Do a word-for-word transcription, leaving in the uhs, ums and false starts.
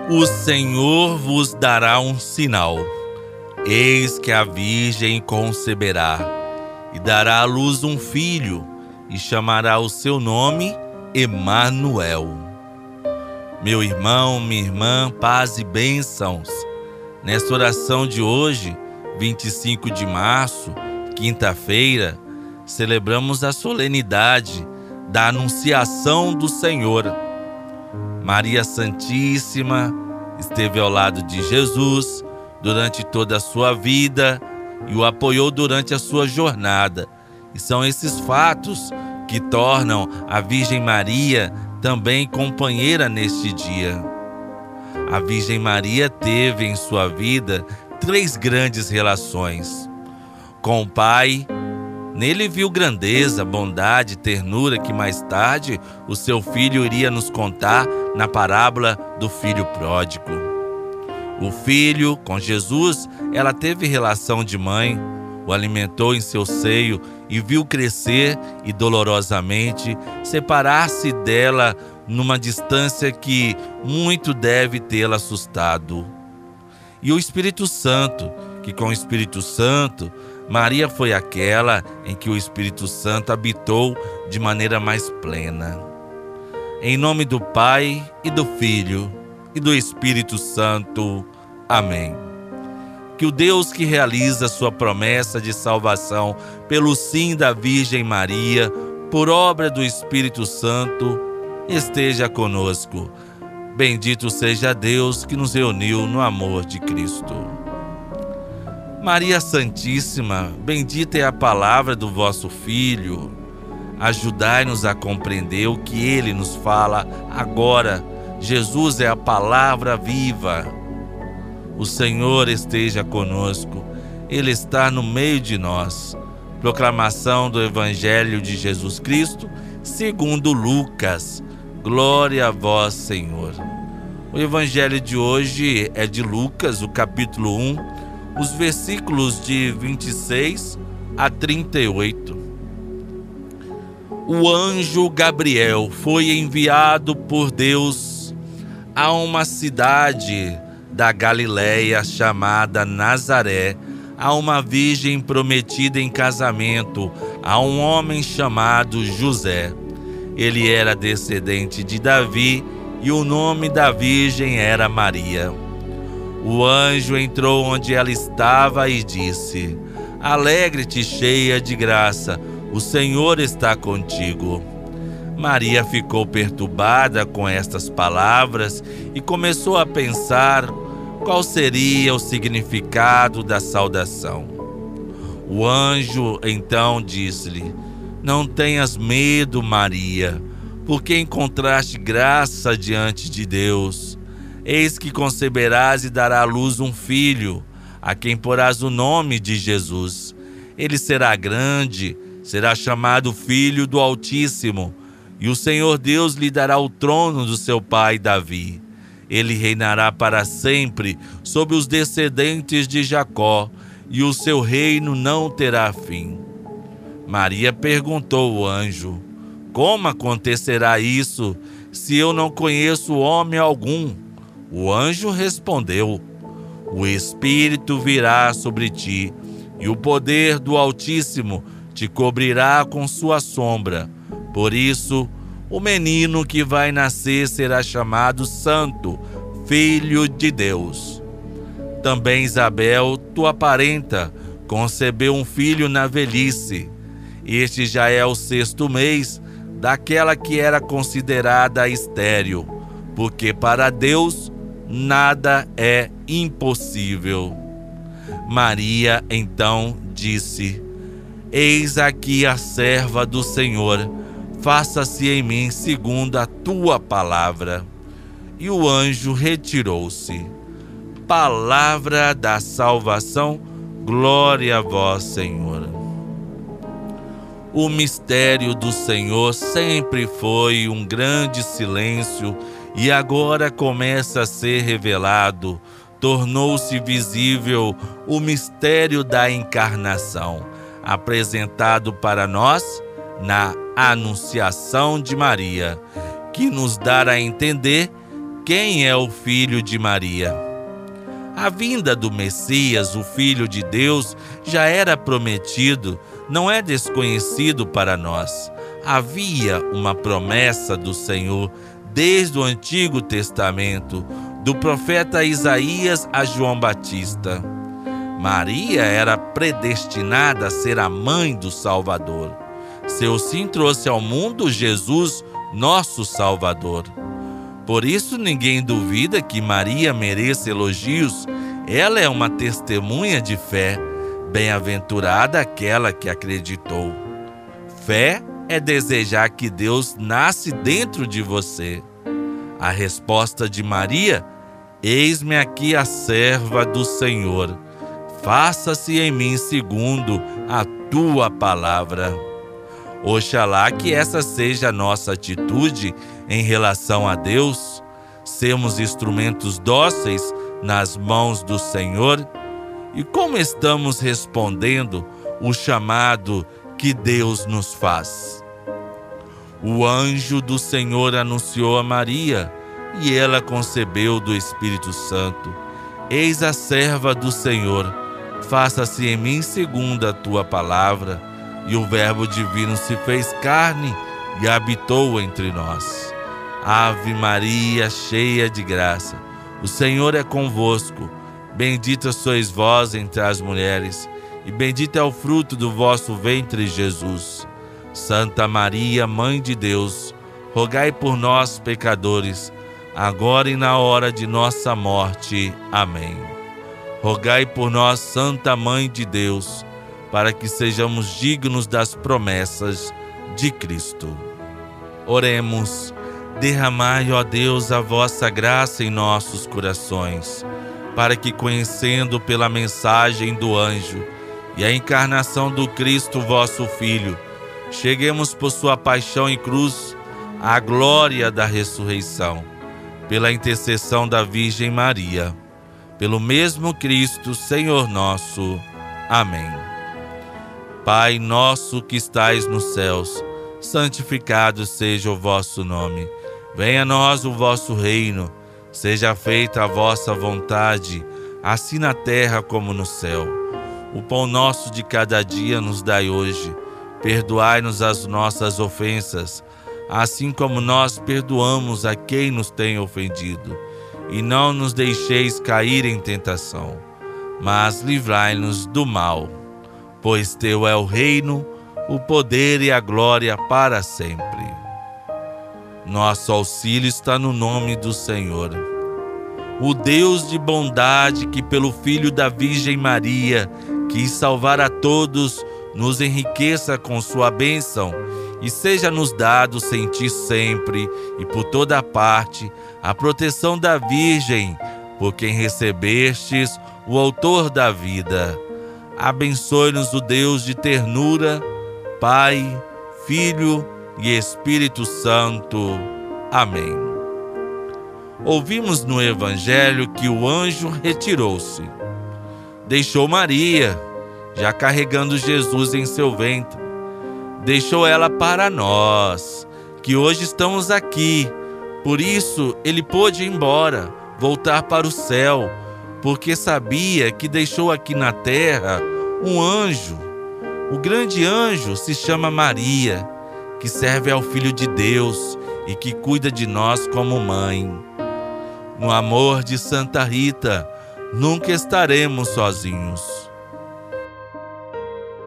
O Senhor vos dará um sinal. Eis que a Virgem conceberá e dará à luz um filho, e chamará o seu nome Emanuel. Meu irmão, minha irmã, paz e bênçãos. Nesta oração de hoje, vinte e cinco de março, quinta-feira, celebramos a solenidade da Anunciação do Senhor. Maria Santíssima esteve ao lado de Jesus durante toda a sua vida e o apoiou durante a sua jornada. E são esses fatos que tornam a Virgem Maria também companheira neste dia. A Virgem Maria teve em sua vida três grandes relações. Com o Pai, nele viu grandeza, bondade, ternura que mais tarde o seu filho iria nos contar na parábola do filho pródigo. O filho, com Jesus, ela teve relação de mãe, o alimentou em seu seio e viu crescer e dolorosamente separar-se dela numa distância que muito deve tê-la assustado. E o Espírito Santo, que com o Espírito Santo, Maria foi aquela em que o Espírito Santo habitou de maneira mais plena. Em nome do Pai, e do Filho, e do Espírito Santo. Amém. Que o Deus que realiza sua promessa de salvação pelo sim da Virgem Maria, por obra do Espírito Santo, esteja conosco. Bendito seja Deus que nos reuniu no amor de Cristo. Maria Santíssima, bendita é a palavra do vosso Filho. Ajudai-nos a compreender o que Ele nos fala agora. Jesus é a palavra viva. O Senhor esteja conosco. Ele está no meio de nós. Proclamação do Evangelho de Jesus Cristo, segundo Lucas. Glória a vós, Senhor. O Evangelho de hoje é de Lucas, o capítulo um, os versículos de vinte e seis a trinta e oito. O anjo Gabriel foi enviado por Deus a uma cidade da Galileia chamada Nazaré, a uma virgem prometida em casamento a um homem chamado José. Ele era descendente de Davi e o nome da virgem era Maria. O anjo entrou onde ela estava e disse: Alegre-te, cheia de graça, o Senhor está contigo. Maria ficou perturbada com estas palavras e começou a pensar qual seria o significado da saudação. O anjo então disse-lhe: Não tenhas medo, Maria, porque encontraste graça diante de Deus. Eis que conceberás e darás à luz um filho, a quem porás o nome de Jesus. Ele será grande, será chamado Filho do Altíssimo, e o Senhor Deus lhe dará o trono do seu pai Davi. Ele reinará para sempre sobre os descendentes de Jacó, e o seu reino não terá fim. Maria perguntou ao anjo: Como acontecerá isso, se eu não conheço homem algum? O anjo respondeu: O Espírito virá sobre ti, e o poder do Altíssimo te cobrirá com sua sombra. Por isso, o menino que vai nascer será chamado Santo, Filho de Deus. Também Isabel, tua parenta, concebeu um filho na velhice. Este já é o sexto mês daquela que era considerada estéril, porque para Deus nada é impossível. Maria então disse: Eis aqui a serva do Senhor, faça-se em mim segundo a tua palavra. E o anjo retirou-se. Palavra da salvação, glória a vós, Senhor. O mistério do Senhor sempre foi um grande silêncio e agora começa a ser revelado. Tornou-se visível o mistério da encarnação, apresentado para nós na Anunciação de Maria, que nos dá a entender quem é o filho de Maria? A vinda do Messias, o Filho de Deus, já era prometido, não é desconhecido para nós. Havia uma promessa do Senhor desde o Antigo Testamento, do profeta Isaías a João Batista. Maria era predestinada a ser a mãe do Salvador. Seu sim trouxe ao mundo Jesus, nosso Salvador. Por isso ninguém duvida que Maria mereça elogios. Ela é uma testemunha de fé. Bem-aventurada aquela que acreditou. Fé é desejar que Deus nasce dentro de você. A resposta de Maria: eis-me aqui a serva do Senhor. Faça-se em mim segundo a tua palavra. Oxalá que essa seja a nossa atitude em relação a Deus, sermos instrumentos dóceis nas mãos do Senhor. E como estamos respondendo o chamado que Deus nos faz? O anjo do Senhor anunciou a Maria, e ela concebeu do Espírito Santo. Eis a serva do Senhor, faça-se em mim segundo a tua palavra. E o Verbo divino se fez carne e habitou entre nós. Ave Maria, cheia de graça, o Senhor é convosco. Bendita sois vós entre as mulheres, e bendito é o fruto do vosso ventre, Jesus. Santa Maria, Mãe de Deus, rogai por nós, pecadores, agora e na hora de nossa morte. Amém. Rogai por nós, Santa Mãe de Deus, para que sejamos dignos das promessas de Cristo. Oremos. Derramai, ó Deus, a vossa graça em nossos corações, para que, conhecendo pela mensagem do anjo e a encarnação do Cristo, vosso Filho, cheguemos por sua paixão e cruz à glória da ressurreição, pela intercessão da Virgem Maria, pelo mesmo Cristo, Senhor nosso. Amém. Pai nosso que estais nos céus, santificado seja o vosso nome. Venha a nós o vosso reino, seja feita a vossa vontade, assim na terra como no céu. O pão nosso de cada dia nos dai hoje. Perdoai-nos as nossas ofensas, assim como nós perdoamos a quem nos tem ofendido. E não nos deixeis cair em tentação, mas livrai-nos do mal. Pois teu é o reino, o poder e a glória para sempre. Nosso auxílio está no nome do Senhor. O Deus de bondade, que pelo Filho da Virgem Maria quis salvar a todos, nos enriqueça com sua bênção e seja-nos dado sentir sempre e por toda parte a proteção da Virgem, por quem recebestes o Autor da vida. Abençoe-nos o Deus de ternura, Pai, Filho e Espírito Santo. Amém. Ouvimos no Evangelho que o anjo retirou-se. Deixou Maria, já carregando Jesus em seu ventre. Deixou ela para nós, que hoje estamos aqui. Por isso, ele pôde ir embora, voltar para o céu, porque sabia que deixou aqui na terra um anjo. O grande anjo se chama Maria, que serve ao Filho de Deus e que cuida de nós como mãe. No amor de Santa Rita, nunca estaremos sozinhos.